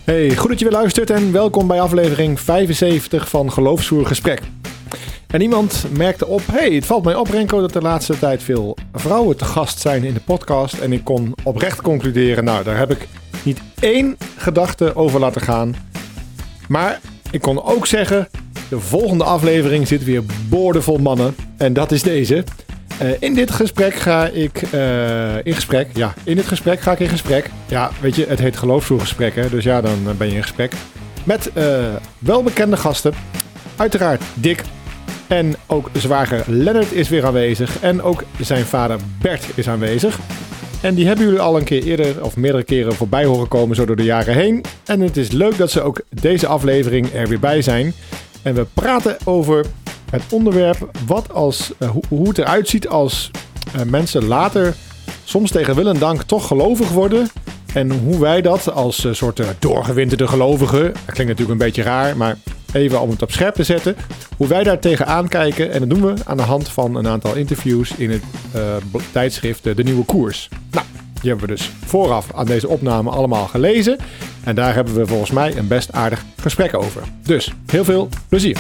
Hey, goed dat je weer luistert en welkom bij aflevering 75 van Geloofsvoer Gesprek. En iemand merkte op, het valt mij op Renko dat de laatste tijd veel vrouwen te gast zijn in de podcast. En ik kon oprecht concluderen, daar heb ik niet één gedachte over laten gaan. Maar ik kon ook zeggen, de volgende aflevering zit weer boordevol mannen. En dat is deze. In dit gesprek ga ik in gesprek. Ja, in dit gesprek ga ik in gesprek. Ja, weet je, het heet Geloofsvoergesprek, hè. Dus ja, dan ben je in gesprek. Met welbekende gasten. Uiteraard Dick. En ook zwager Lennart is weer aanwezig. En ook zijn vader Bert is aanwezig. En die hebben jullie al een keer eerder of meerdere keren voorbij horen komen zo door de jaren heen. En het is leuk dat ze ook deze aflevering er weer bij zijn. En we praten over het onderwerp hoe het eruit ziet als mensen later soms tegen wil en dank toch gelovig worden. En hoe wij dat als soort doorgewinterde gelovigen, dat klinkt natuurlijk een beetje raar, maar even om het op scherp te zetten, hoe wij daar tegenaan kijken. En dat doen we aan de hand van een aantal interviews in het tijdschrift De Nieuwe Koers. Nou, die hebben we dus vooraf aan deze opname allemaal gelezen. En daar hebben we volgens mij een best aardig gesprek over. Dus heel veel plezier.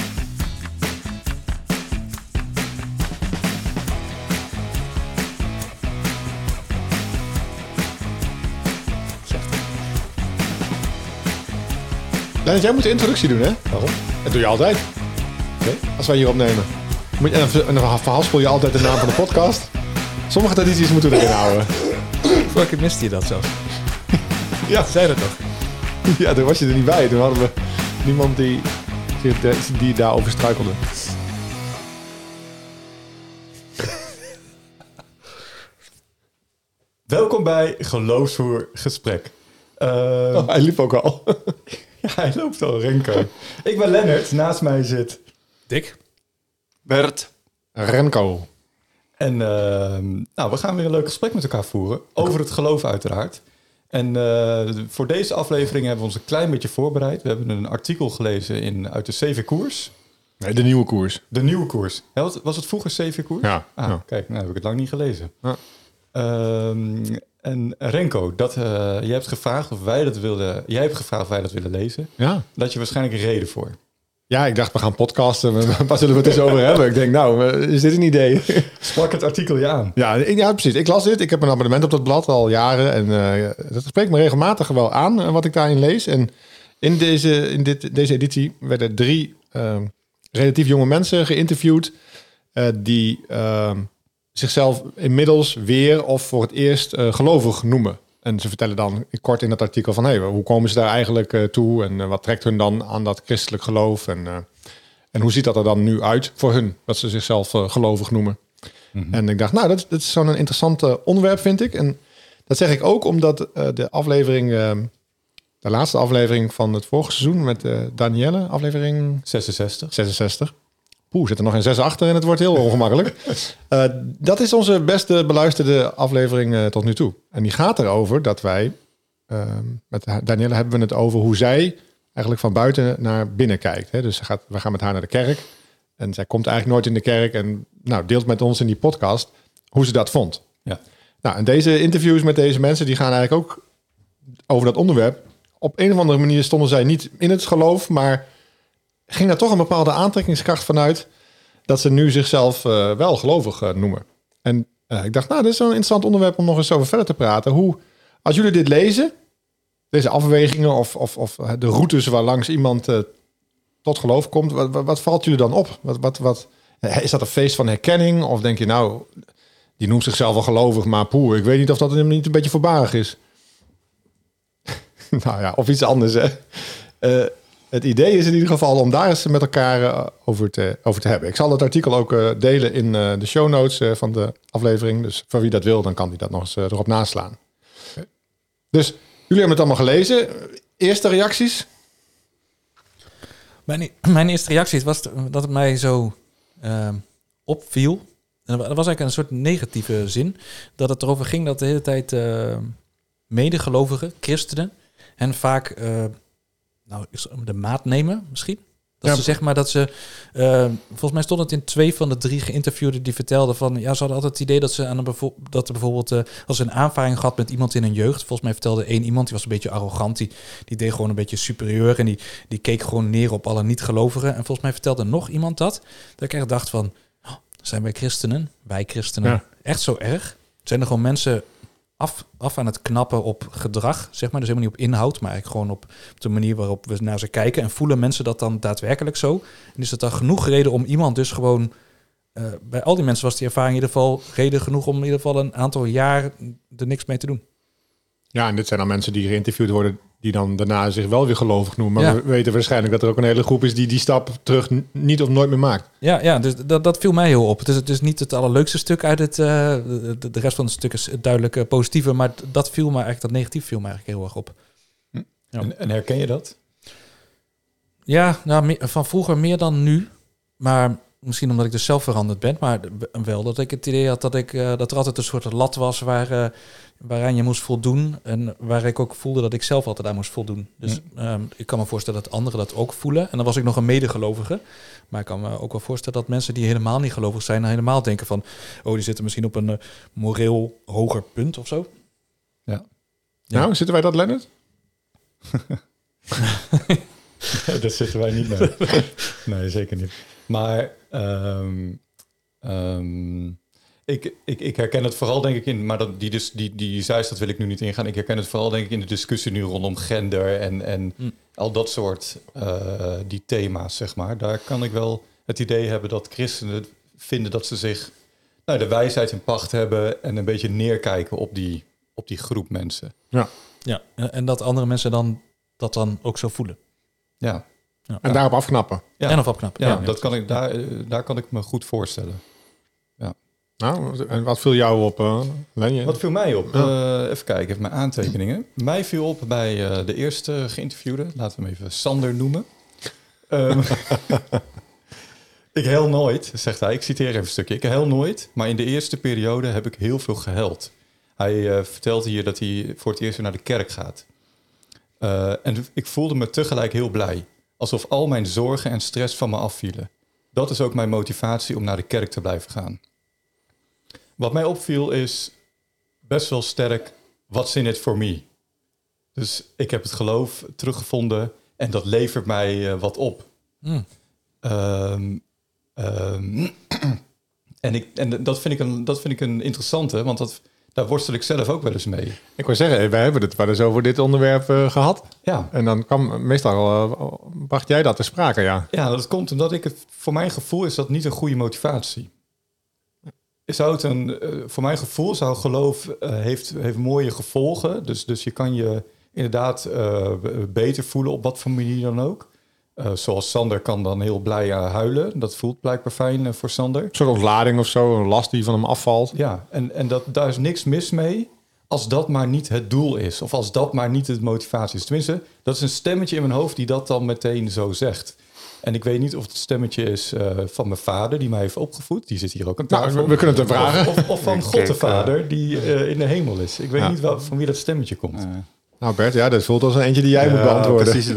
Lennart, jij moet de introductie doen, hè? Waarom? Dat doe je altijd. Okay. Als wij hier opnemen. En dan verhaspel je altijd de naam van de podcast. Sommige tradities moeten we erin houden. Vorige keer miste je dat zelfs. Ja. Zei dat toch? Ja, toen was je er niet bij. Toen hadden we niemand die daarover struikelde. Welkom bij Geloofsvoer Gesprek. Hij liep ook al. Ja, hij loopt al, Renko. Ik ben Lennart, naast mij zit Dick. Bert. Renko. En we gaan weer een leuk gesprek met elkaar voeren. Over het geloof uiteraard. En voor deze aflevering hebben we ons een klein beetje voorbereid. We hebben een artikel gelezen uit de CV Koers. Nee, De Nieuwe Koers. De Nieuwe Koers. Ja, was het vroeger CV Koers? Ja. Ja. Kijk, nou heb ik het lang niet gelezen. Ja. En Renko, jij hebt gevraagd of wij dat wilden lezen. Ja. Daar had je waarschijnlijk een reden voor. Ja, ik dacht, we gaan podcasten. Waar zullen we het eens over hebben? Ik denk, is dit een idee? Sprak het artikel je aan? Ja, precies. Ik las dit. Ik heb een abonnement op dat blad al jaren. En dat spreekt me regelmatig wel aan, wat ik daarin lees. En in deze editie werden 3 relatief jonge mensen geïnterviewd. Die zichzelf inmiddels weer of voor het eerst gelovig noemen. En ze vertellen dan kort in dat artikel van hoe komen ze daar eigenlijk toe en wat trekt hun dan aan dat christelijk geloof en hoe ziet dat er dan nu uit voor hun, dat ze zichzelf gelovig noemen. Mm-hmm. En ik dacht, dat is zo'n interessant onderwerp, vind ik. En dat zeg ik ook omdat de laatste aflevering van het vorige seizoen met Danielle, aflevering 66. Zit er nog een 6 achter en het wordt heel ongemakkelijk. Dat is onze beste beluisterde aflevering tot nu toe. En die gaat erover dat wij, met Danielle hebben we het over hoe zij eigenlijk van buiten naar binnen kijkt. Hè? Dus we gaan met haar naar de kerk. En zij komt eigenlijk nooit in de kerk en deelt met ons in die podcast hoe ze dat vond. Ja. En deze interviews met deze mensen, die gaan eigenlijk ook over dat onderwerp. Op een of andere manier stonden zij niet in het geloof, maar ging daar toch een bepaalde aantrekkingskracht vanuit dat ze nu zichzelf wel gelovig noemen. En ik dacht, dit is zo'n interessant onderwerp om nog eens over verder te praten. Als jullie dit lezen, deze afwegingen of de routes waar langs iemand tot geloof komt, wat valt jullie dan op? Is dat een feest van herkenning? Of denk je, die noemt zichzelf wel gelovig, maar ik weet niet of dat hem niet een beetje voorbarig is. Of iets anders, hè. Het idee is in ieder geval om daar eens met elkaar over te hebben. Ik zal het artikel ook delen in de show notes van de aflevering. Dus voor wie dat wil, dan kan die dat nog eens erop naslaan. Okay. Dus jullie hebben het allemaal gelezen. Eerste reacties? Mijn eerste reactie was dat het mij zo opviel. En dat was eigenlijk een soort negatieve zin. Dat het erover ging dat de hele tijd medegelovigen, christenen, en vaak de maat nemen misschien. Ze zeg maar dat ze... volgens mij stond het in 2 van de 3 geïnterviewden die vertelden van... Ja, ze hadden altijd het idee dat ze dat er bijvoorbeeld... als ze een aanvaring gehad met iemand in hun jeugd... Volgens mij vertelde één iemand, die was een beetje arrogant. Die deed gewoon een beetje superieur. En die keek gewoon neer op alle niet-gelovigen. En volgens mij vertelde nog iemand dat ik echt dacht van... zijn wij christenen? Wij christenen. Echt zo erg? Zijn er gewoon mensen... Af aan het knappen op gedrag, zeg maar. Dus helemaal niet op inhoud, maar eigenlijk gewoon op de manier waarop we naar ze kijken. En voelen mensen dat dan daadwerkelijk zo? En is het dan genoeg reden om iemand dus gewoon... bij al die mensen was die ervaring in ieder geval reden genoeg om in ieder geval een aantal jaar er niks mee te doen. Ja, en dit zijn dan mensen die geïnterviewd worden... die dan daarna zich wel weer gelovig noemen. Maar we weten waarschijnlijk dat er ook een hele groep is... die stap terug niet of nooit meer maakt. Ja, dus dat viel mij heel op. Het is niet het allerleukste stuk uit het... de rest van het stuk is duidelijk positiever... maar dat viel me eigenlijk, dat negatief viel me eigenlijk heel erg op. Ja. En herken je dat? Ja, nou, van vroeger meer dan nu. Maar misschien omdat ik dus zelf veranderd ben... maar wel dat ik het idee had dat er altijd een soort lat was... waaraan je moest voldoen. En waar ik ook voelde dat ik zelf altijd aan moest voldoen. Dus ik kan me voorstellen dat anderen dat ook voelen. En dan was ik nog een medegelovige. Maar ik kan me ook wel voorstellen dat mensen die helemaal niet gelovig zijn... helemaal denken van... die zitten misschien op een moreel hoger punt of zo. Ja. Nou, zitten wij dat, Lennart? Dat zitten wij niet mee. Nee, zeker niet. Maar... Ik herken het vooral denk ik in, maar die zeist, dat wil ik nu niet ingaan. Ik herken het vooral denk ik in de discussie nu rondom gender en al dat soort die thema's, zeg maar. Daar kan ik wel het idee hebben dat christenen vinden dat ze zich de wijsheid in pacht hebben en een beetje neerkijken op die groep mensen. Ja, en dat andere mensen dat dan ook zo voelen. Ja. En daarop afknappen. Ja. En of afknappen. Ja, dat kan ik, daar kan ik me goed voorstellen. Nou, en wat viel jou op, Lenje? Wat viel mij op? Even kijken, even mijn aantekeningen. Mij viel op bij de eerste geïnterviewde, laten we hem even Sander noemen. Ik huil nooit, zegt hij. Ik citeer even een stukje. Ik huil nooit, maar in de eerste periode heb ik heel veel gehuild. Hij vertelt hier dat hij voor het eerst weer naar de kerk gaat. En ik voelde me tegelijk heel blij. Alsof al mijn zorgen en stress van me afvielen. Dat is ook mijn motivatie om naar de kerk te blijven gaan. Wat mij opviel is best wel sterk, what's in it for me? Dus ik heb het geloof teruggevonden en dat levert mij wat op. En dat vind ik een interessante, want daar worstel ik zelf ook wel eens mee. Ik wou zeggen, wij hebben het wel eens over dit onderwerp gehad. Ja. En dan bracht jij dat ter sprake, ja. Ja, dat komt omdat voor mijn gevoel is dat niet een goede motivatie. Voor mijn gevoel zou geloof heeft mooie gevolgen. Dus je kan je inderdaad beter voelen op wat voor manier dan ook. Zoals Sander kan dan heel blij huilen. Dat voelt blijkbaar fijn voor Sander. Een soort ontlading of zo, een last die van hem afvalt. Ja, en daar is niks mis mee als dat maar niet het doel is. Of als dat maar niet de motivatie is. Tenminste, dat is een stemmetje in mijn hoofd die dat dan meteen zo zegt. En ik weet niet of het stemmetje is van mijn vader die mij heeft opgevoed. Die zit hier ook aan tafel. Nou, we kunnen het hem vragen. Of van God de Vader die in de hemel is. Ik weet niet van wie dat stemmetje komt. Nou Bert, ja, dat voelt als een eentje die jij moet beantwoorden. Precies.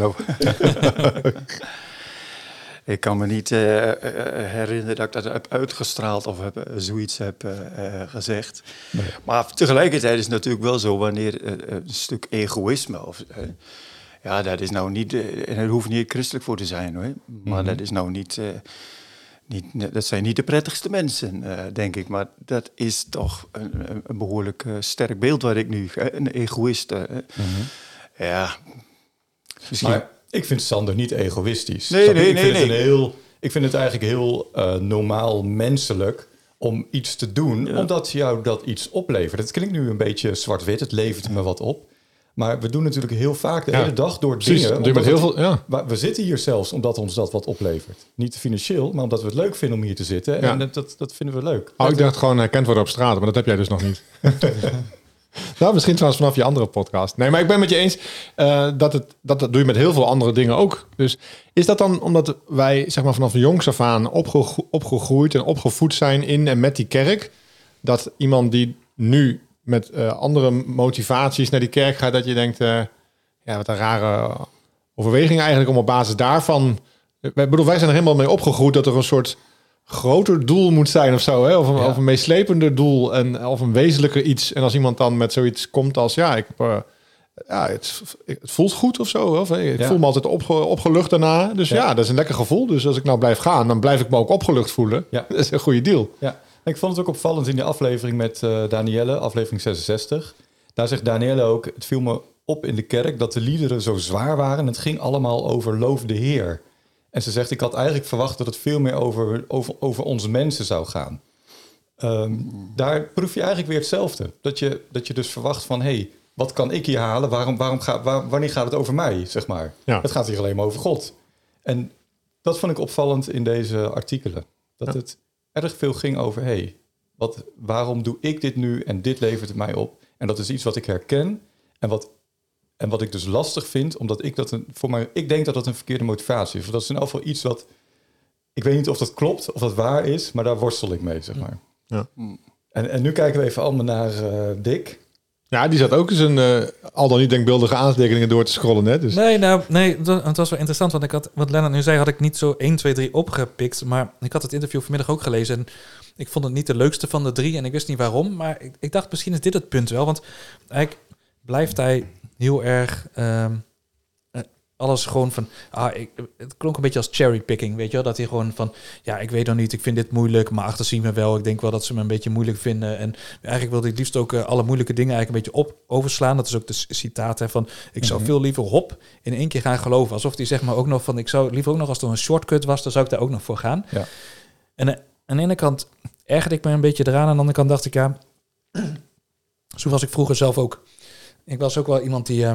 Ik kan me niet herinneren dat ik dat heb uitgestraald of zoiets heb gezegd. Nee. Maar tegelijkertijd is het natuurlijk wel zo wanneer een stuk egoïsme... dat is nou niet... en er hoeft niet christelijk voor te zijn, hoor. Maar dat is nou niet... dat zijn niet de prettigste mensen, denk ik. Maar dat is toch een behoorlijk sterk beeld waar ik nu... een egoïst... Ja, misschien... Maar ik vind Sander niet egoïstisch. Nee. Ik vind het eigenlijk heel normaal menselijk om iets te doen... omdat jou dat iets oplevert. Het klinkt nu een beetje zwart-wit, het levert me wat op... Maar we doen natuurlijk heel vaak de hele dag door dingen. We zitten hier zelfs omdat ons dat wat oplevert. Niet financieel, maar omdat we het leuk vinden om hier te zitten. Ja. En dat vinden we leuk. Ik dacht gewoon herkend worden op straat, maar dat heb jij dus nog niet. Nou, misschien trouwens vanaf je andere podcast. Nee, maar ik ben met je eens dat doe je met heel veel andere dingen ook. Dus is dat dan omdat wij zeg maar vanaf jongs af aan opgegroeid en opgevoed zijn in en met die kerk, dat iemand die nu met andere motivaties naar die kerk gaat, dat je denkt, wat een rare overweging eigenlijk om op basis daarvan Wij zijn er helemaal mee opgegroeid dat er een soort groter doel moet zijn of zo. Hè? Of een meeslepender doel of een wezenlijker iets. En als iemand dan met zoiets komt als... het voelt goed of zo. Of, ik voel me altijd opgelucht daarna. Dus dat is een lekker gevoel. Dus als ik nou blijf gaan, dan blijf ik me ook opgelucht voelen. Ja. Dat is een goede deal. Ja. Ik vond het ook opvallend in de aflevering met Danielle, aflevering 66. Daar zegt Danielle ook, het viel me op in de kerk dat de liederen zo zwaar waren. En het ging allemaal over loof de Heer. En ze zegt, ik had eigenlijk verwacht dat het veel meer over onze mensen zou gaan. Daar proef je eigenlijk weer hetzelfde. Dat je dus verwacht van, hey, wat kan ik hier halen? Wanneer gaat het over mij, zeg maar? Ja. Het gaat hier alleen maar over God. En dat vond ik opvallend in deze artikelen. Dat het erg veel ging over, hey, waarom doe ik dit nu en dit levert het mij op? En dat is iets wat ik herken en wat ik dus lastig vind, omdat ik denk dat dat een verkeerde motivatie is. Dat is in ieder geval iets wat, ik weet niet of dat klopt, of dat waar is, maar daar worstel ik mee, zeg maar. Ja. En nu kijken we even allemaal naar Dick. Ja, die zat ook eens al dan niet denkbeeldige aantekeningen door te scrollen net. Dus. Nee, het was wel interessant, want wat Lennart nu zei had ik niet zo 1, 2, 3 opgepikt, maar ik had het interview vanmiddag ook gelezen en ik vond het niet de leukste van de 3 en ik wist niet waarom, maar ik dacht misschien is dit het punt wel, want eigenlijk blijft hij heel erg alles gewoon van... het klonk een beetje als cherrypicking, weet je wel? Dat hij gewoon van... Ja, ik weet nog niet, ik vind dit moeilijk, maar achter zien we wel. Ik denk wel dat ze me een beetje moeilijk vinden. En eigenlijk wilde ik liefst ook alle moeilijke dingen eigenlijk een beetje overslaan. Dat is ook de citaat hè, van... Ik zou veel liever in 1 keer gaan geloven. Alsof hij zeg maar ook nog van... Ik zou liever ook nog als er een shortcut was, dan zou ik daar ook nog voor gaan. Ja. En aan de ene kant ergerde ik me een beetje eraan. Aan de andere kant dacht ik, ja... Zo was ik vroeger zelf ook. Ik was ook wel iemand die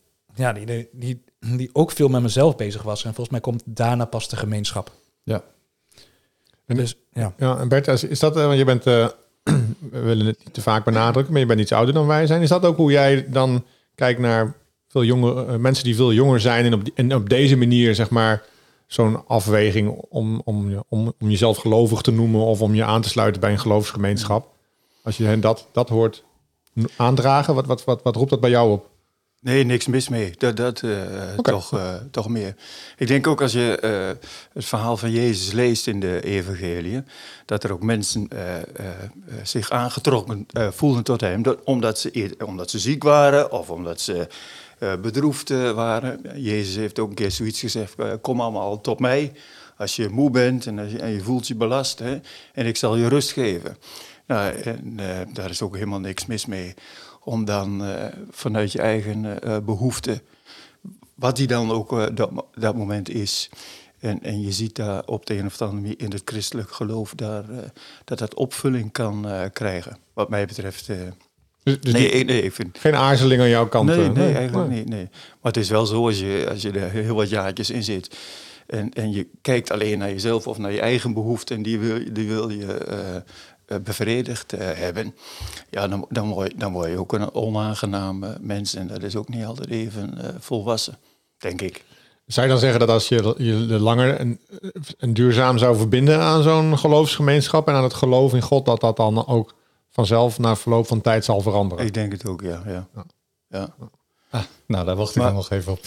ook veel met mezelf bezig was. En volgens mij komt daarna pas de gemeenschap. Ja. En dus, en Bert, is dat... Want je bent... we willen het niet te vaak benadrukken, maar je bent iets ouder dan wij zijn. Is dat ook hoe jij dan kijkt naar veel jongere mensen die veel jonger zijn... en op deze manier, zeg maar, zo'n afweging om jezelf gelovig te noemen... of om je aan te sluiten bij een geloofsgemeenschap? Als je hen dat hoort aandragen, wat roept dat bij jou op? Nee, niks mis mee. Toch meer. Ik denk ook als je het verhaal van Jezus leest in de evangelie... dat er ook mensen zich aangetrokken voelden tot hem... omdat ze ziek waren of omdat ze bedroefd waren. Jezus heeft ook een keer zoiets gezegd... kom allemaal tot mij als je moe bent en je voelt je belast... Hè, en ik zal je rust geven. Nou, daar is ook helemaal niks mis mee... om dan vanuit je eigen behoefte, wat die dan ook dat moment is. En je ziet daar op de een of andere manier in het christelijk geloof dat opvulling kan krijgen. Wat mij betreft. Ik vind... Geen aarzeling aan jouw kant? Nee, eigenlijk niet. Nee. Maar het is wel zo als je er heel wat jaartjes in zit. En je kijkt alleen naar jezelf of naar je eigen behoefte. En die wil je... bevredigd hebben, ja, dan word je ook een onaangenaam mens. En dat is ook niet altijd even volwassen, denk ik. Zou je dan zeggen dat als je langer en duurzaam zou verbinden aan zo'n geloofsgemeenschap en aan het geloof in God, dat dan ook vanzelf na verloop van tijd zal veranderen? Ik denk het ook, ja. Nou, daar wacht ik dan nog even op.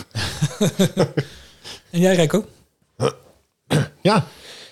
En jij, Rijko? Ja,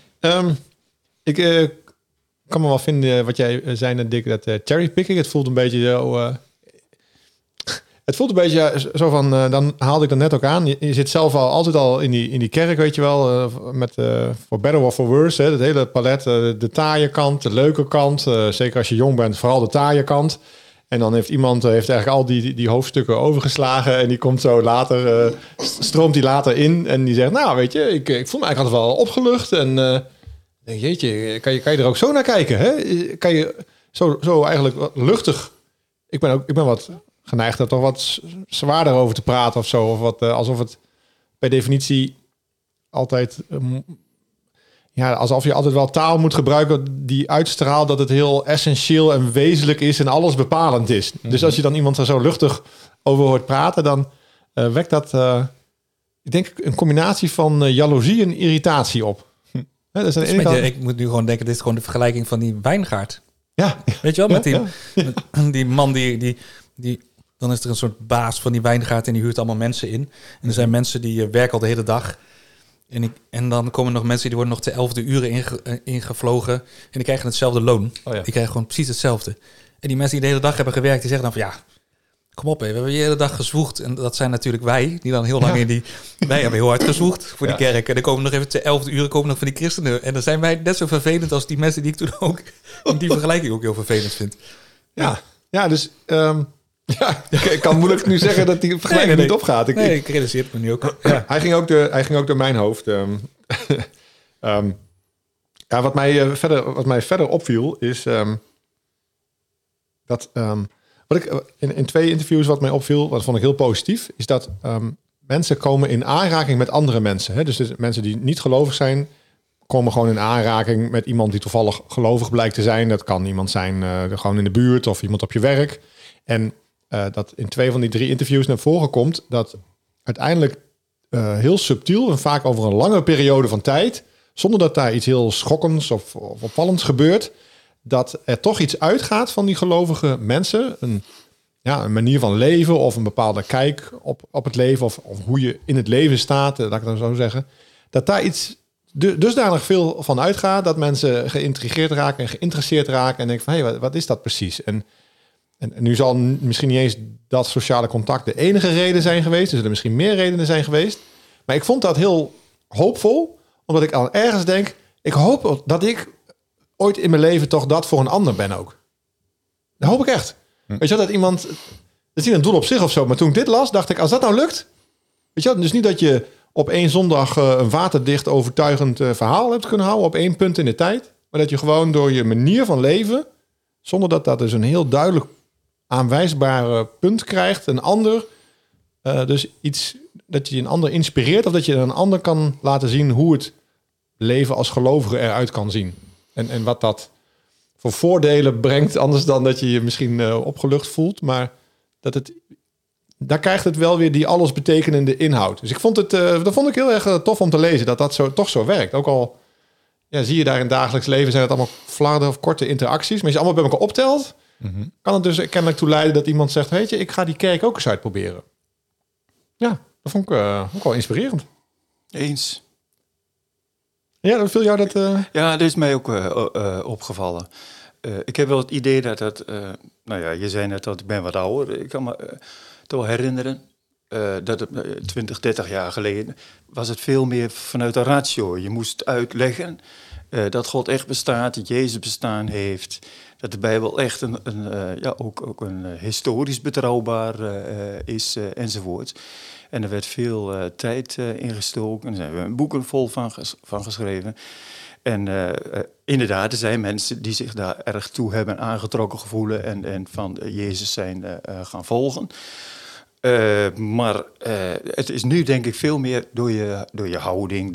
ik kan me wel vinden wat jij zei net, Dick, dat cherrypicking. Het voelt een beetje zo... het voelt een beetje zo van... dan haalde ik dat net ook aan. Je zit zelf altijd al in die kerk, weet je wel. Met for better or for worse. Hè, het hele palet. De taaie kant, de leuke kant. Zeker als je jong bent, vooral de taaie kant. En dan heeft iemand eigenlijk al die hoofdstukken overgeslagen. En die komt zo later... stroomt die later in. En die zegt, nou weet je, ik voel me eigenlijk altijd wel opgelucht. En... jeetje, kan je er ook zo naar kijken? Hè? Kan je zo eigenlijk wat luchtig... Ik ben wat geneigd er toch wat zwaarder over te praten of zo. Of wat, alsof het per definitie altijd... alsof je altijd wel taal moet gebruiken die uitstraalt dat het heel essentieel en wezenlijk is en alles bepalend is. Mm-hmm. Dus als je dan iemand er zo luchtig over hoort praten, dan wekt dat... ik denk een combinatie van jaloezie en irritatie op. Ja, dat is ik moet nu gewoon denken, dit is gewoon de vergelijking van die wijngaard. Ja. Weet je wel, met die man die dan is er een soort baas van die wijngaard en die huurt allemaal mensen in. En er zijn mensen die werken al de hele dag. En dan komen er nog mensen die worden nog te 11e uren ingevlogen. En die krijgen hetzelfde loon. Oh ja. Die krijgen gewoon precies hetzelfde. En die mensen die de hele dag hebben gewerkt, die zeggen dan van kom op, we hebben de hele dag gezwoegd. En dat zijn natuurlijk wij, die dan heel lang wij hebben heel hard gezwoegd voor die kerk. En dan komen nog even te 11e uren komen nog van die christenen. En dan zijn wij net zo vervelend als die mensen die ik toen ook in die vergelijking ook heel vervelend vind. Ja, dus ik kan moeilijk nu zeggen dat die vergelijking niet opgaat. Ik realiseer het me nu ook. Ja. Hij ging ook door mijn hoofd. Wat mij verder opviel is dat wat ik in 2 interviews wat mij opviel, wat vond ik heel positief, is dat mensen komen in aanraking met andere mensen. Hè? Dus mensen die niet gelovig zijn, komen gewoon in aanraking met iemand die toevallig gelovig blijkt te zijn. Dat kan iemand zijn gewoon in de buurt of iemand op je werk. En dat in 2 van die 3 interviews naar voren komt dat uiteindelijk heel subtiel en vaak over een lange periode van tijd, zonder dat daar iets heel schokkends of opvallends gebeurt, dat er toch iets uitgaat van die gelovige mensen. Een manier van leven of een bepaalde kijk op het leven of hoe je in het leven staat, laat ik het zo zeggen. Dat daar iets dusdanig veel van uitgaat dat mensen geïntrigeerd raken en geïnteresseerd raken en denken van hé, wat is dat precies? En nu zal misschien niet eens dat sociale contact de enige reden zijn geweest. Er zullen misschien meer redenen zijn geweest. Maar ik vond dat heel hoopvol, omdat ik al ergens denk, ik hoop dat ik ooit in mijn leven toch dat voor een ander ben ook. Dat hoop ik echt. Weet je wel, dat iemand, dat is niet een doel op zich of zo, maar toen ik dit las, dacht ik, als dat nou lukt, weet je wel, dus niet dat je op 1 zondag een waterdicht overtuigend verhaal hebt kunnen houden op 1 punt in de tijd, maar dat je gewoon door je manier van leven, zonder dat dat dus een heel duidelijk aanwijsbare punt krijgt, een ander, dus iets dat je een ander inspireert of dat je een ander kan laten zien hoe het leven als gelovige eruit kan zien. En wat dat voor voordelen brengt, anders dan dat je je misschien opgelucht voelt, maar daar krijgt het wel weer die allesbetekenende inhoud. Dus ik vond dat vond ik heel erg tof om te lezen, dat toch zo werkt. Ook al zie je daar in het dagelijks leven, zijn het allemaal flarden of korte interacties, maar als je allemaal bij elkaar optelt, kan het dus kennelijk toe leiden dat iemand zegt, weet je, ik ga die kerk ook eens uitproberen. Ja, dat vond ik ook wel inspirerend. Eens. Ja, dat viel jou dat... Ja, dat is mij ook opgevallen. Ik heb wel het idee dat je zei net dat ik ben wat ouder. Ik kan me toch herinneren dat het 20, 30 jaar geleden was het veel meer vanuit de ratio. Je moest uitleggen dat God echt bestaat, dat Jezus bestaan heeft, dat de Bijbel echt ook een historisch betrouwbaar is enzovoort. En er werd veel tijd ingestoken. Er zijn boeken vol van geschreven. En inderdaad, er zijn mensen die zich daar erg toe hebben aangetrokken gevoelen en van Jezus zijn gaan volgen. Maar het is nu denk ik veel meer door je houding,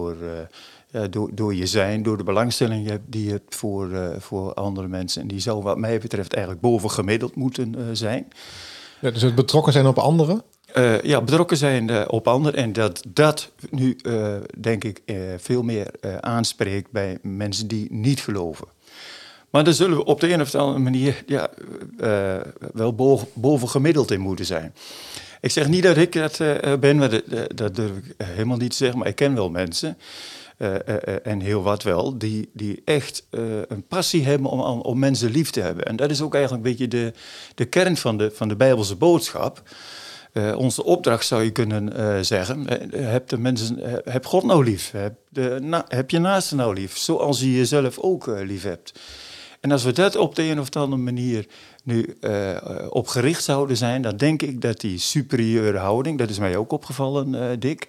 door je zijn, door de belangstelling die je hebt voor andere mensen. En die zou wat mij betreft eigenlijk bovengemiddeld moeten zijn. Ja, dus het betrokken zijn op anderen? Betrokken zijn op anderen. En dat nu, denk ik, veel meer aanspreekt bij mensen die niet geloven. Maar daar zullen we op de een of andere manier wel bovengemiddeld in moeten zijn. Ik zeg niet dat ik dat ben, maar dat durf ik helemaal niet te zeggen. Maar ik ken wel mensen, en heel wat wel, die echt een passie hebben om mensen lief te hebben. En dat is ook eigenlijk een beetje de kern van de Bijbelse boodschap. Onze opdracht zou je kunnen zeggen, heb God nou lief, heb je naaste nou lief, zoals je jezelf ook lief hebt. En als we dat op de een of andere manier nu op gericht zouden zijn, dan denk ik dat die superieure houding, dat is mij ook opgevallen, Dick.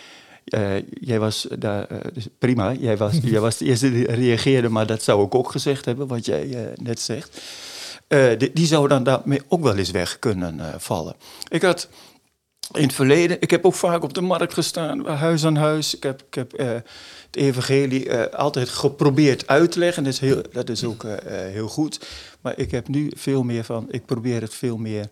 Jij was daar, dus prima, jij was de eerste die reageerde, maar dat zou ik ook gezegd hebben, wat jij net zegt. Die zou dan daarmee ook wel eens weg kunnen vallen. Ik had in het verleden, ik heb ook vaak op de markt gestaan, huis aan huis. Ik heb het evangelie altijd geprobeerd uit te leggen. Dat is ook heel goed. Maar ik heb nu veel meer ik probeer het veel meer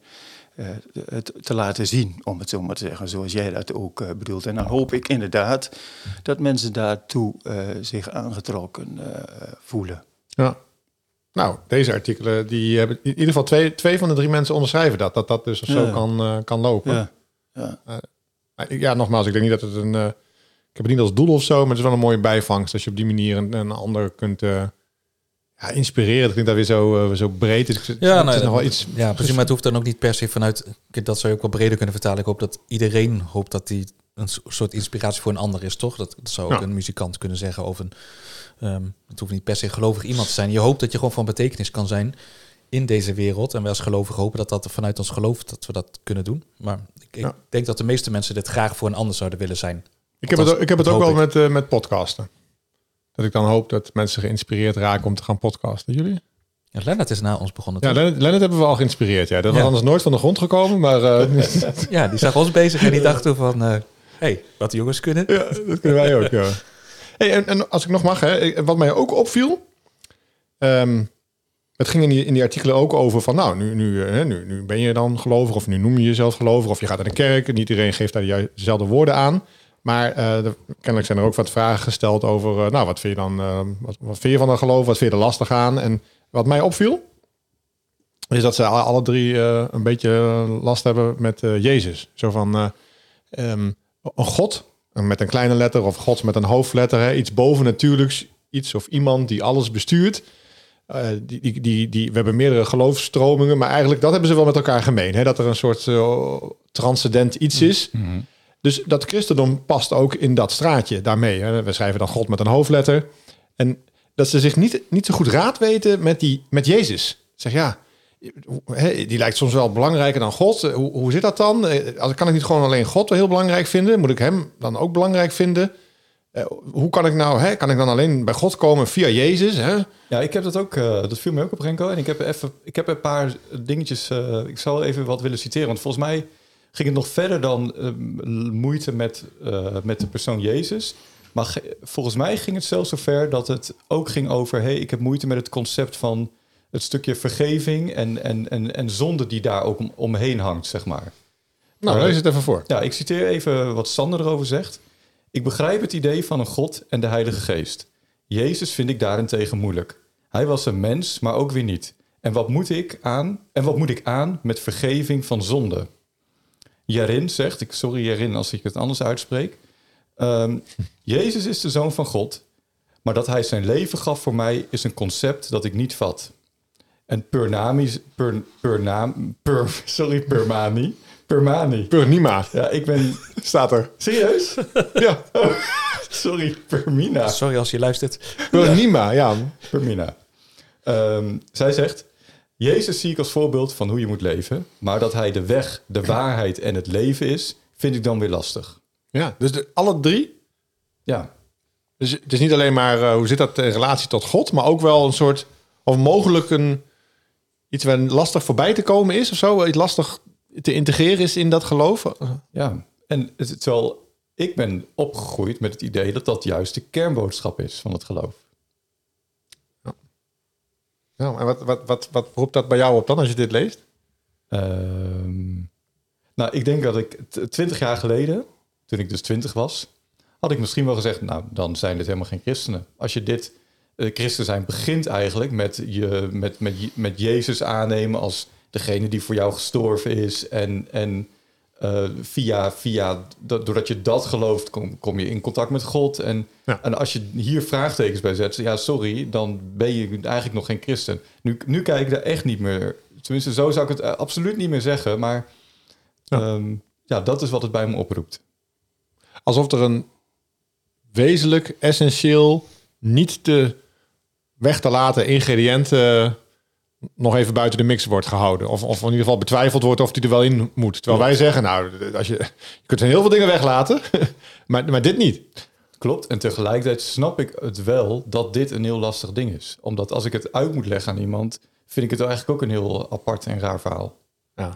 te laten zien, om het zo maar te zeggen, zoals jij dat ook bedoelt. En dan hoop ik inderdaad dat mensen daartoe zich aangetrokken voelen. Ja. Nou, deze artikelen, die hebben in ieder geval twee van de 3 mensen onderschrijven dat dus zo kan lopen. Ja. Nogmaals, ik denk niet dat het een ik heb het niet als doel of zo, maar het is wel een mooie bijvangst. Als je op die manier een ander kunt inspireren. Dat klinkt daar weer zo breed. Dus het is nog wel iets... Ja, precies, maar het hoeft dan ook niet per se vanuit... Dat zou je ook wel breder kunnen vertalen. Ik hoop dat iedereen hoopt dat die een soort inspiratie voor een ander is, toch? Dat zou ook een muzikant kunnen zeggen. Of het hoeft niet per se gelovig iemand te zijn. Je hoopt dat je gewoon van betekenis kan zijn in deze wereld. En wij als gelovigen hopen dat vanuit ons geloof dat we dat kunnen doen. Maar ik denk dat de meeste mensen dit graag voor een ander zouden willen zijn. Ik heb het ook wel met podcasten. Dat ik dan hoop dat mensen geïnspireerd raken om te gaan podcasten. Jullie? Ja, Lennart is na ons begonnen. Ja, Lennart hebben we al geïnspireerd. Ja. Dat was anders nooit van de grond gekomen. Maar, ja, die zag ons bezig en die dacht toen van... hey, wat de jongens kunnen. Ja, dat kunnen wij ook, ja. Hey, en als ik nog mag, wat mij ook opviel... het ging in die artikelen ook over van... nou, nu ben je dan gelovig of nu noem je jezelf gelovig... of je gaat naar de kerk. Niet iedereen geeft daar dezelfde woorden aan... Maar kennelijk zijn er ook wat vragen gesteld over... wat vind je dan? Wat vind je van dat geloof? Wat vind je er lastig aan? En wat mij opviel... is dat ze alle drie een beetje last hebben met Jezus. Zo van een God met een kleine letter... of God met een hoofdletter. Iets bovennatuurlijks. Iets of iemand die alles bestuurt. We hebben meerdere geloofsstromingen... maar eigenlijk dat hebben ze wel met elkaar gemeen. Hè? Dat er een soort transcendent iets is... Mm-hmm. Dus dat christendom past ook in dat straatje daarmee. Hè. We schrijven dan God met een hoofdletter. En dat ze zich niet zo goed raad weten met Jezus. Zeg die lijkt soms wel belangrijker dan God. Hoe zit dat dan? Kan ik niet gewoon alleen God wel heel belangrijk vinden? Moet ik hem dan ook belangrijk vinden? Hoe kan ik nou... kan ik dan alleen bij God komen via Jezus? Hè? Ja, ik heb dat ook... dat viel me ook op, Renko. En ik heb een paar dingetjes... ik zal even wat willen citeren. Want volgens mij... ging het nog verder dan moeite met de persoon Jezus. Maar volgens mij ging het zelfs zover dat het ook ging over... ik heb moeite met het concept van het stukje vergeving... en zonde die daar ook omheen hangt, zeg maar. Nou, lees het even voor. Ja, ik citeer even wat Sander erover zegt. Ik begrijp het idee van een God en de Heilige Geest. Jezus vind ik daarentegen moeilijk. Hij was een mens, maar ook weer niet. En wat moet ik aan met vergeving van zonde? Jarin zegt, sorry Jarin als ik het anders uitspreek... Jezus is de Zoon van God... maar dat hij zijn leven gaf voor mij... is een concept dat ik niet vat. En Purnima. Ja, ik ben... Staat er. Serieus? Ja. Oh, sorry, Permina. Sorry als je luistert. Purnima, ja. Permina. Zij zegt... Jezus zie ik als voorbeeld van hoe je moet leven... maar dat hij de weg, de waarheid en het leven is... vind ik dan weer lastig. Ja, dus alle drie? Ja. Dus het is niet alleen maar hoe zit dat in relatie tot God... maar ook wel een soort... of mogelijk iets waar lastig voorbij te komen is of zo... iets lastig te integreren is in dat geloof. Ja, en terwijl ik ben opgegroeid met het idee... dat juist de kernboodschap is van het geloof. Nou, en wat roept dat bij jou op dan als je dit leest? Nou, ik denk dat ik 20 jaar geleden, toen ik dus 20 was... had ik misschien wel gezegd, nou, dan zijn dit helemaal geen christenen. Als je dit christen zijn begint eigenlijk met Jezus aannemen... als degene die voor jou gestorven is. En doordat je dat gelooft, kom je in contact met God. En als je hier vraagtekens bij zet, ja, sorry, dan ben je eigenlijk nog geen christen. Nu kijk ik daar echt niet meer... Tenminste, zo zou ik het absoluut niet meer zeggen. Maar dat is wat het bij me oproept. Alsof er een wezenlijk, essentieel, niet te weg te laten ingrediënt... nog even buiten de mix wordt gehouden. Of in ieder geval betwijfeld wordt of die er wel in moet. Terwijl wij zeggen, nou, je kunt heel veel dingen weglaten, maar dit niet. Klopt. En tegelijkertijd snap ik het wel dat dit een heel lastig ding is. Omdat als ik het uit moet leggen aan iemand, vind ik het eigenlijk ook een heel apart en raar verhaal. Ja.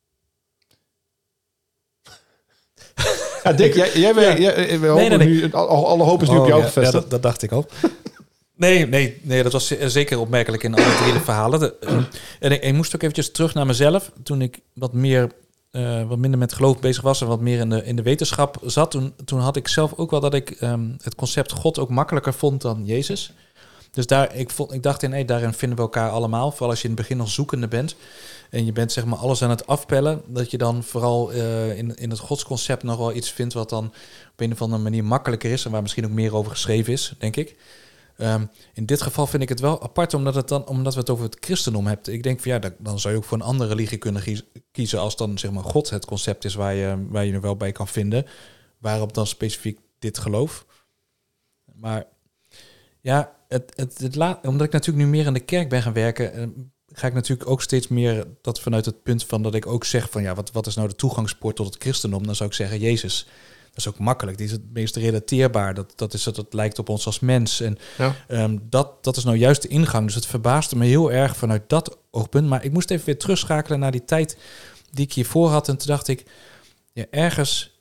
Ja, Dick, jij nu, alle hoop is nu op jou gevestigd. Ja, dat dacht ik al. Nee, dat was zeker opmerkelijk in alle drie de verhalen. En ik moest ook eventjes terug naar mezelf. Toen ik wat minder met geloof bezig was en wat meer in de wetenschap zat. Toen had ik zelf ook wel dat ik het concept God ook makkelijker vond dan Jezus. Dus ik dacht daarin vinden we elkaar allemaal. Vooral als je in het begin nog zoekende bent. En je bent zeg maar alles aan het afpellen. Dat je dan vooral in het godsconcept nog wel iets vindt wat dan op een of andere manier makkelijker is. En waar misschien ook meer over geschreven is, denk ik. In dit geval vind ik het wel apart, omdat we het over het christendom hebben. Ik denk van dan zou je ook voor een andere religie kunnen kiezen als dan zeg maar God het concept is waar je er wel bij kan vinden. Waarop dan specifiek dit geloof. Maar ja, omdat ik natuurlijk nu meer in de kerk ben gaan werken, ga ik natuurlijk ook steeds meer dat vanuit het punt van dat ik ook zeg van wat is nou de toegangspoort tot het christendom? Dan zou ik zeggen Jezus. Dat is ook makkelijk. Die is het meest relateerbaar. Dat lijkt op ons als mens. En dat is nou juist de ingang. Dus het verbaasde me heel erg vanuit dat oogpunt. Maar ik moest even weer terugschakelen naar die tijd die ik hiervoor had. En toen dacht ik, ergens,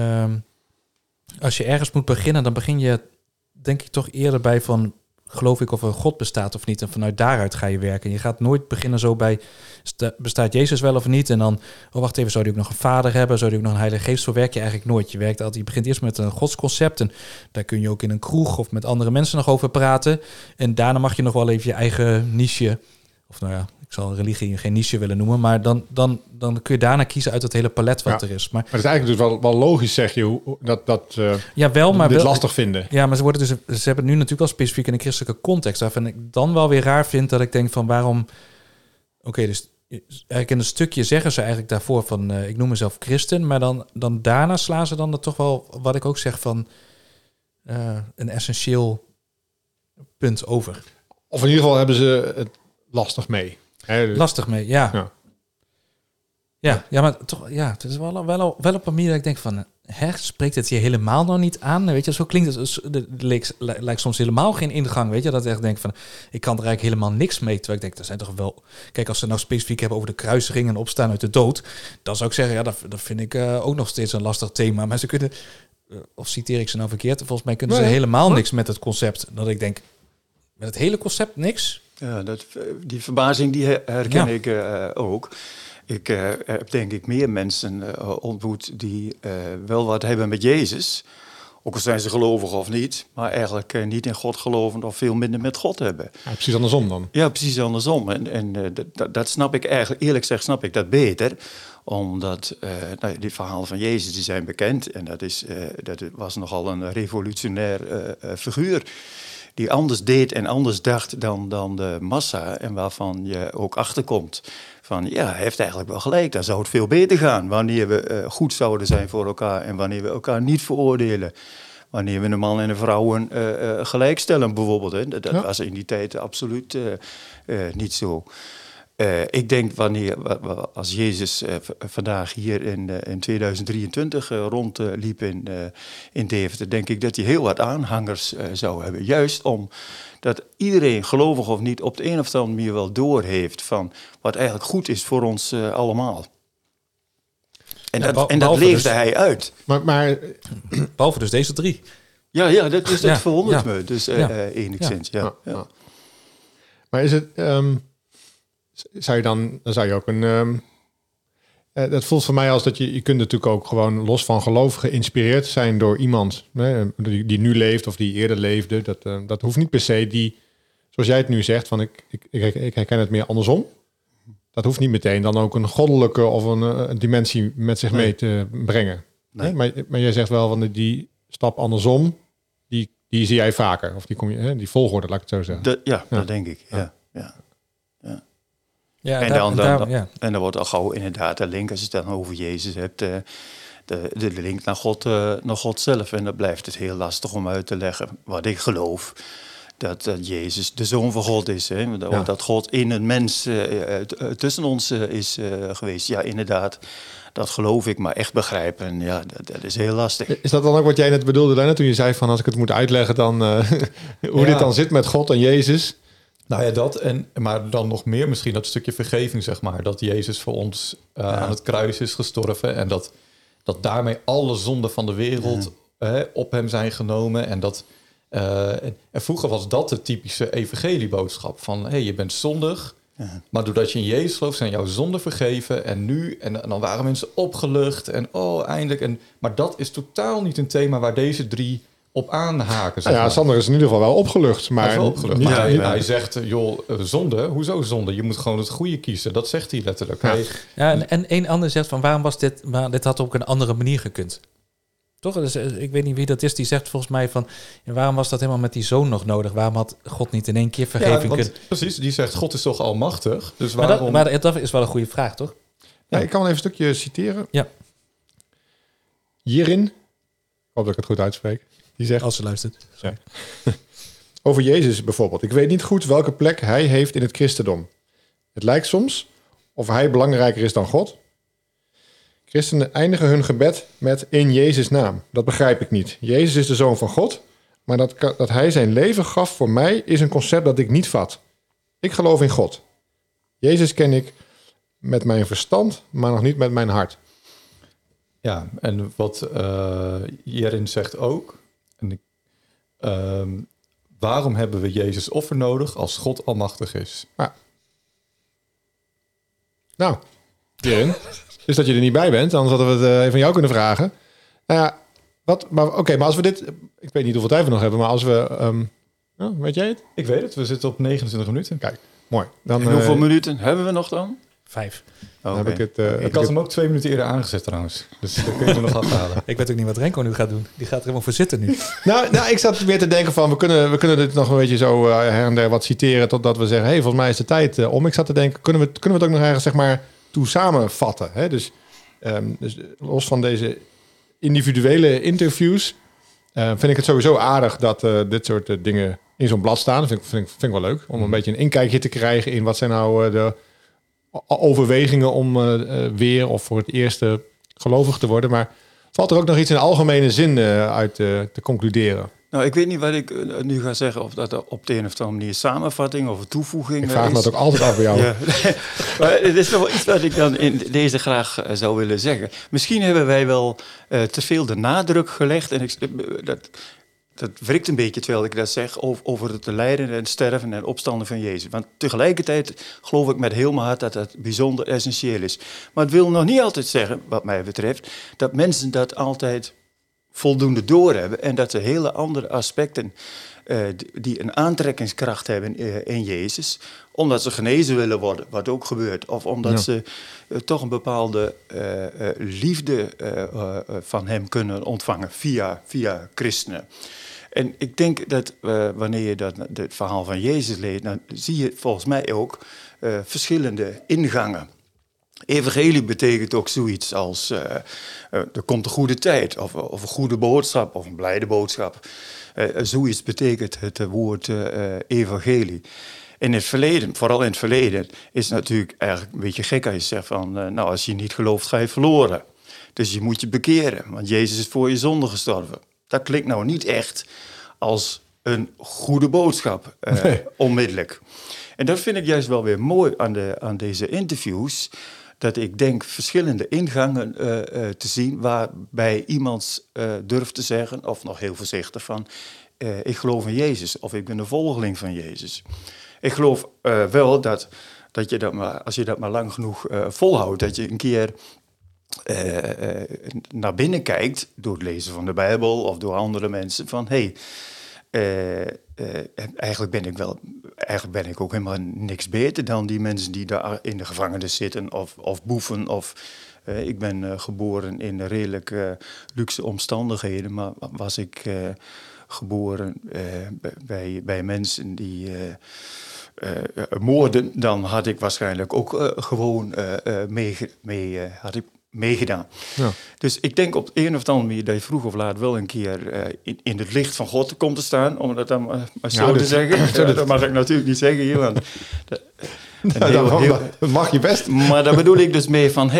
als je ergens moet beginnen, dan begin je denk ik toch eerder bij van, geloof ik of er God bestaat of niet. En vanuit daaruit ga je werken. Je gaat nooit beginnen zo bij, bestaat Jezus wel of niet? En dan, wacht even, zou die ook nog een vader hebben? Zou die ook nog een heilige geest? Zo werk je eigenlijk nooit. Je begint eerst met een godsconcept. En daar kun je ook in een kroeg of met andere mensen nog over praten. En daarna mag je nog wel even je eigen niche, of ik zal religie geen niche willen noemen, maar dan kun je daarna kiezen uit het hele palet wat er is. Maar het is eigenlijk dus wel logisch, zeg je, maar dit lastig vinden. Ja, maar ze hebben het nu natuurlijk wel specifiek in een christelijke context, waarvan ik dan wel weer raar vind dat ik denk van waarom. Oké, dus eigenlijk in een stukje zeggen ze eigenlijk daarvoor van ik noem mezelf christen, maar dan daarna slaan ze dan er toch wel, wat ik ook zeg, van een essentieel punt over. Of in ieder geval hebben ze het lastig mee. Lastig mee, ja. Ja, maar toch, het is wel op een manier dat ik denk van, spreekt het je helemaal nog niet aan? Weet je, zo klinkt het, lijkt soms helemaal geen ingang, weet je, dat ik echt denk van, ik kan er eigenlijk helemaal niks mee, terwijl ik denk, dat zijn toch wel, kijk, als ze nou specifiek hebben over de kruisiging en opstaan uit de dood, dan zou ik zeggen, dat vind ik ook nog steeds een lastig thema, maar ze kunnen, of citeer ik ze nou verkeerd, volgens mij kunnen ze helemaal niks met het concept, dat ik denk, met het hele concept niks? Ja, die verbazing die herken ik ook. Ik heb denk ik meer mensen ontmoet die wel wat hebben met Jezus. Ook al zijn ze gelovig of niet, maar eigenlijk niet in God geloven of veel minder met God hebben. Ja, precies andersom dan. Ja, precies andersom. En dat snap ik eigenlijk, eerlijk gezegd snap ik dat beter. Omdat die verhalen van Jezus die zijn bekend. En dat was nogal een revolutionair figuur. Die anders deed en anders dacht dan de massa. En waarvan je ook achterkomt van, hij heeft eigenlijk wel gelijk. Dan zou het veel beter gaan. Wanneer we goed zouden zijn voor elkaar en wanneer we elkaar niet veroordelen. Wanneer we een man en een vrouw gelijkstellen bijvoorbeeld. Hè. Dat was in die tijd absoluut niet zo. Ik denk als Jezus vandaag hier in 2023 rondliep in Deventer, denk ik dat hij heel wat aanhangers zou hebben. Juist omdat iedereen, gelovig of niet, op de een of andere manier wel doorheeft van wat eigenlijk goed is voor ons allemaal. En dat leefde hij uit. Maar behalve dus deze 3. Ja, dat verwondert me. Dus enigszins, ja. Maar is het... Dan zou je ook een... dat voelt voor mij als dat je kunt natuurlijk ook gewoon los van geloof geïnspireerd zijn door iemand die nu leeft of die eerder leefde. Dat hoeft niet per se die, zoals jij het nu zegt, van ik herken het meer andersom. Dat hoeft niet meteen dan ook een goddelijke of een dimensie met zich mee te brengen. Nee. Maar jij zegt wel van die stap andersom, die zie jij vaker. Of die volgorde, laat ik het zo zeggen. Dat denk ik, ja. Ja, en dan wordt al gauw inderdaad de link, als je het dan over Jezus hebt, de link naar God zelf. En dan blijft het heel lastig om uit te leggen wat ik geloof. Dat Jezus de Zoon van God is. Hè? Dat God in een mens tussen ons is geweest. Ja, inderdaad, dat geloof ik, maar echt begrijpen, dat is heel lastig. Is dat dan ook wat jij net bedoelde daarnet toen je zei van als ik het moet uitleggen dan hoe dit dan zit met God en Jezus? Nou ja, dat. Maar dan nog meer misschien dat stukje vergeving, zeg maar. Dat Jezus voor ons aan het kruis is gestorven. En dat daarmee alle zonden van de wereld op hem zijn genomen. En en vroeger was dat de typische evangelieboodschap. Van, je bent zondig. Ja. Maar doordat je in Jezus gelooft, zijn jouw zonden vergeven. En nu, en dan waren mensen opgelucht. En eindelijk. Maar dat is totaal niet een thema waar deze 3 op aanhaken. Nou ja, Sander is in ieder geval wel opgelucht. Maar hij is wel opgelucht. niet- Hij zegt, joh, zonde? Hoezo zonde? Je moet gewoon het goede kiezen. Dat zegt hij letterlijk. Ja. En een ander zegt van waarom was dit... Maar dit had op een andere manier gekund. Toch? Dus, ik weet niet wie dat is. Die zegt volgens mij van... waarom was dat helemaal met die zoon nog nodig? Waarom had God niet in één keer vergeving kunnen... Precies, die zegt, God is toch almachtig? Dus Maar waarom... dat is wel een goede vraag, toch? Ja, ik kan wel even een stukje citeren. Ja. Hierin, ik hoop dat ik het goed uitspreek, die zegt... Als ze luistert. Over Jezus bijvoorbeeld. Ik weet niet goed welke plek hij heeft in het christendom. Het lijkt soms of hij belangrijker is dan God. Christenen eindigen hun gebed met in Jezus' naam. Dat begrijp ik niet. Jezus is de Zoon van God, maar dat hij zijn leven gaf voor mij is een concept dat ik niet vat. Ik geloof in God. Jezus ken ik met mijn verstand, maar nog niet met mijn hart. Ja, en wat Jerin zegt ook... waarom hebben we Jezus offer nodig als God almachtig is? Nou, Jerin, dus dat je er niet bij bent, anders hadden we het even van jou kunnen vragen. Nou ja, maar als we dit... Ik weet niet hoeveel tijd we nog hebben, maar als we... weet jij het? Ik weet het, we zitten op 29 minuten. Kijk, mooi. Dan, En hoeveel minuten hebben we nog dan? 5. dan Oké. heb ik het... Ik had hem ook 2 minuten eerder aangezet trouwens. Dus dat kun je me nog afhalen. Ik weet ook niet wat Renko nu gaat doen. Die gaat er helemaal voor zitten nu. Nou, ik zat weer te denken van... We kunnen dit nog een beetje zo her en der wat citeren... totdat we zeggen, volgens mij is de tijd om. Ik zat te denken, kunnen we het ook nog ergens zeg maar toe samenvatten? Hè? Dus los van deze individuele interviews... vind ik het sowieso aardig dat dit soort dingen in zo'n blad staan. Dat vind ik wel leuk. Om een beetje een inkijkje te krijgen in wat zijn nou de overwegingen om weer of voor het eerst gelovig te worden. Maar valt er ook nog iets in algemene zin uit te concluderen? Nou, ik weet niet wat ik nu ga zeggen. Of dat op de een of andere manier samenvatting of een toevoeging Ik vraag me is. dat ook altijd af bij jou. Ja. Maar het is nog wel iets wat ik dan in deze graag zou willen zeggen. Misschien hebben wij wel te veel de nadruk gelegd. En dat wrikt een beetje terwijl ik dat zeg over het lijden en sterven en opstanden van Jezus. Want tegelijkertijd geloof ik met heel mijn hart dat dat bijzonder essentieel is. Maar het wil nog niet altijd zeggen, wat mij betreft, dat mensen dat altijd voldoende doorhebben en dat er hele andere aspecten die een aantrekkingskracht hebben in Jezus, omdat ze genezen willen worden, wat ook gebeurt, of omdat ze toch een bepaalde liefde van hem kunnen ontvangen via christenen. En ik denk dat wanneer je het verhaal van Jezus leest, dan zie je volgens mij ook verschillende ingangen. Evangelie betekent ook zoiets als er komt een goede tijd, of een goede boodschap, of een blijde boodschap. Zoiets betekent het woord evangelie. In het verleden, vooral in het verleden, is het natuurlijk eigenlijk een beetje gek als je zegt van, nou, als je niet gelooft, ga je verloren. Dus je moet je bekeren, want Jezus is voor je zonde gestorven. Dat klinkt nou niet echt als een goede boodschap, onmiddellijk. En dat vind ik juist wel weer mooi aan deze interviews, dat ik denk verschillende ingangen te zien waarbij iemand durft te zeggen, of nog heel voorzichtig van, ik geloof in Jezus, of ik ben een volgeling van Jezus. Ik geloof wel dat je dat maar, als je dat maar lang genoeg volhoudt, dat je een keer naar binnen kijkt door het lezen van de Bijbel of door andere mensen van eigenlijk ben ik ook helemaal niks beter dan die mensen die daar in de gevangenis zitten of boeven. Of ik ben geboren in redelijk luxe omstandigheden, maar was ik geboren bij mensen die moorden, dan had ik waarschijnlijk ook gewoon meegedaan. Ja. Dus ik denk op de een of andere manier dat je vroeg of laat wel een keer in het licht van God komt te staan, om dat dan maar zo te zeggen. Dat mag ik natuurlijk niet zeggen hier, want dat mag je best. Maar daar bedoel ik dus mee van,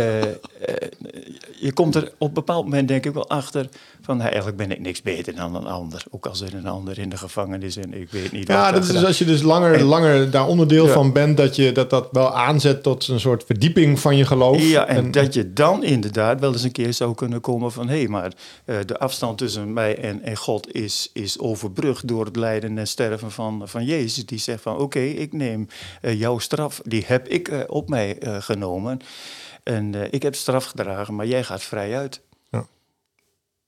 je komt er op een bepaald moment denk ik wel achter van, eigenlijk ben ik niks beter dan een ander. Ook als er een ander in de gevangenis en ik weet niet wat. Ja, dat is dus als je dus langer daar onderdeel van bent, dat wel aanzet tot een soort verdieping van je geloof. Ja, en dat je dan inderdaad wel eens een keer zou kunnen komen van, maar de afstand tussen mij en God is overbrugd door het lijden en sterven van Jezus. Die zegt van, oké, ik neem jouw straf, die heb ik op mij genomen. En ik heb straf gedragen, maar jij gaat vrij uit. Ja.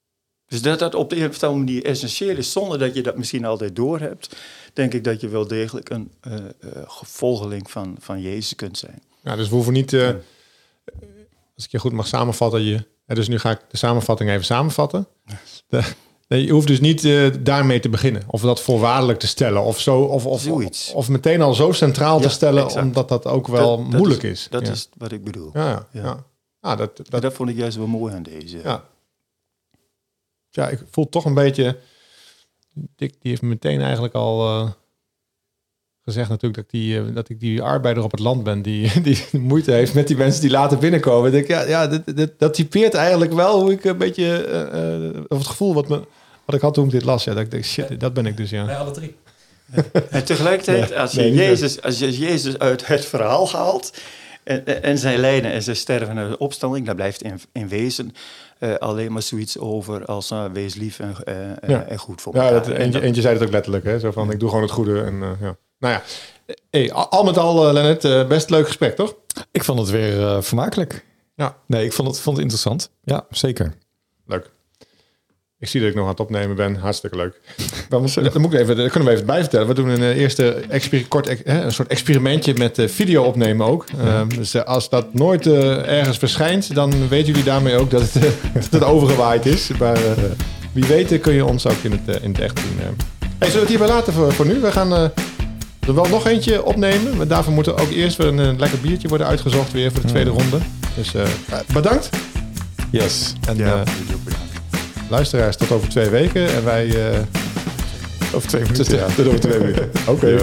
Dus dat op de een of andere manier essentieel is, zonder dat je dat misschien altijd doorhebt, denk ik dat je wel degelijk een gevolgeling van Jezus kunt zijn. Ja, dus we hoeven niet, als ik je goed mag samenvatten, dus nu ga ik de samenvatting even samenvatten. Je hoeft dus niet daarmee te beginnen, of dat voorwaardelijk te stellen, of zo, of meteen al zo centraal te stellen, exact. Omdat dat ook wel moeilijk is. Dat is wat ik bedoel. Ja. Dat vond ik juist wel mooi aan deze. Ja, ik voel toch een beetje... Dick, die heeft meteen eigenlijk al gezegd natuurlijk dat ik die arbeider op het land ben die moeite heeft met die mensen die later binnenkomen. Ik denk, dat typeert eigenlijk wel hoe ik een beetje... of het gevoel wat ik had toen ik dit las. Ja, dat ik denk, shit, dat ben ik dus, ja. Bij alle drie. En tegelijkertijd, als je Jezus uit het verhaal haalt en zijn lijden en zijn sterven en opstanding, dan blijft in wezen alleen maar zoiets over als wees lief en goed voor elkaar. Ja, eentje zei het ook letterlijk, hè? Zo van, ik doe gewoon het goede. En, Nou ja, hey, al met al, Lennart, best leuk gesprek, toch? Ik vond het weer vermakelijk. Ja. Nee, ik vond het interessant. Ja, zeker. Leuk. Ik zie dat ik nog aan het opnemen ben. Hartstikke leuk. Dat kunnen we even bijvertellen. We doen een eerste een soort experimentje met video opnemen ook. Dus als dat nooit ergens verschijnt, dan weten jullie daarmee ook dat het overgewaaid is. Maar wie weet kun je ons ook in het echt zien. Zullen we het hierbij laten voor nu? We gaan er wel nog eentje opnemen. Maar daarvoor moet er ook eerst weer een lekker biertje worden uitgezocht weer voor de tweede ronde. Dus bedankt. Yes. En luisteraars, tot over 2 weken. En wij... over 2 minuten. Tot over 2 minuten. Oké.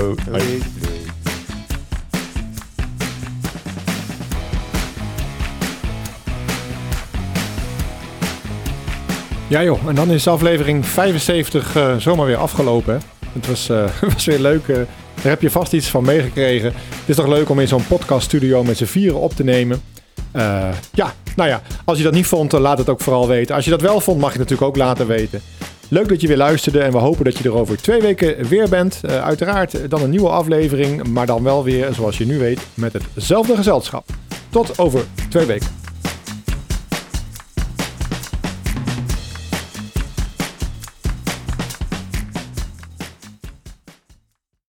Ja joh, en dan is aflevering 75 zomaar weer afgelopen. Hè? Het was weer leuk. Daar heb je vast iets van meegekregen. Het is toch leuk om in zo'n podcaststudio met z'n vieren op te nemen. Als je dat niet vond, laat het ook vooral weten. Als je dat wel vond, mag je het natuurlijk ook laten weten. Leuk dat je weer luisterde en we hopen dat je er over 2 weken weer bent. Uiteraard dan een nieuwe aflevering, maar dan wel weer, zoals je nu weet, met hetzelfde gezelschap. Tot over 2 weken.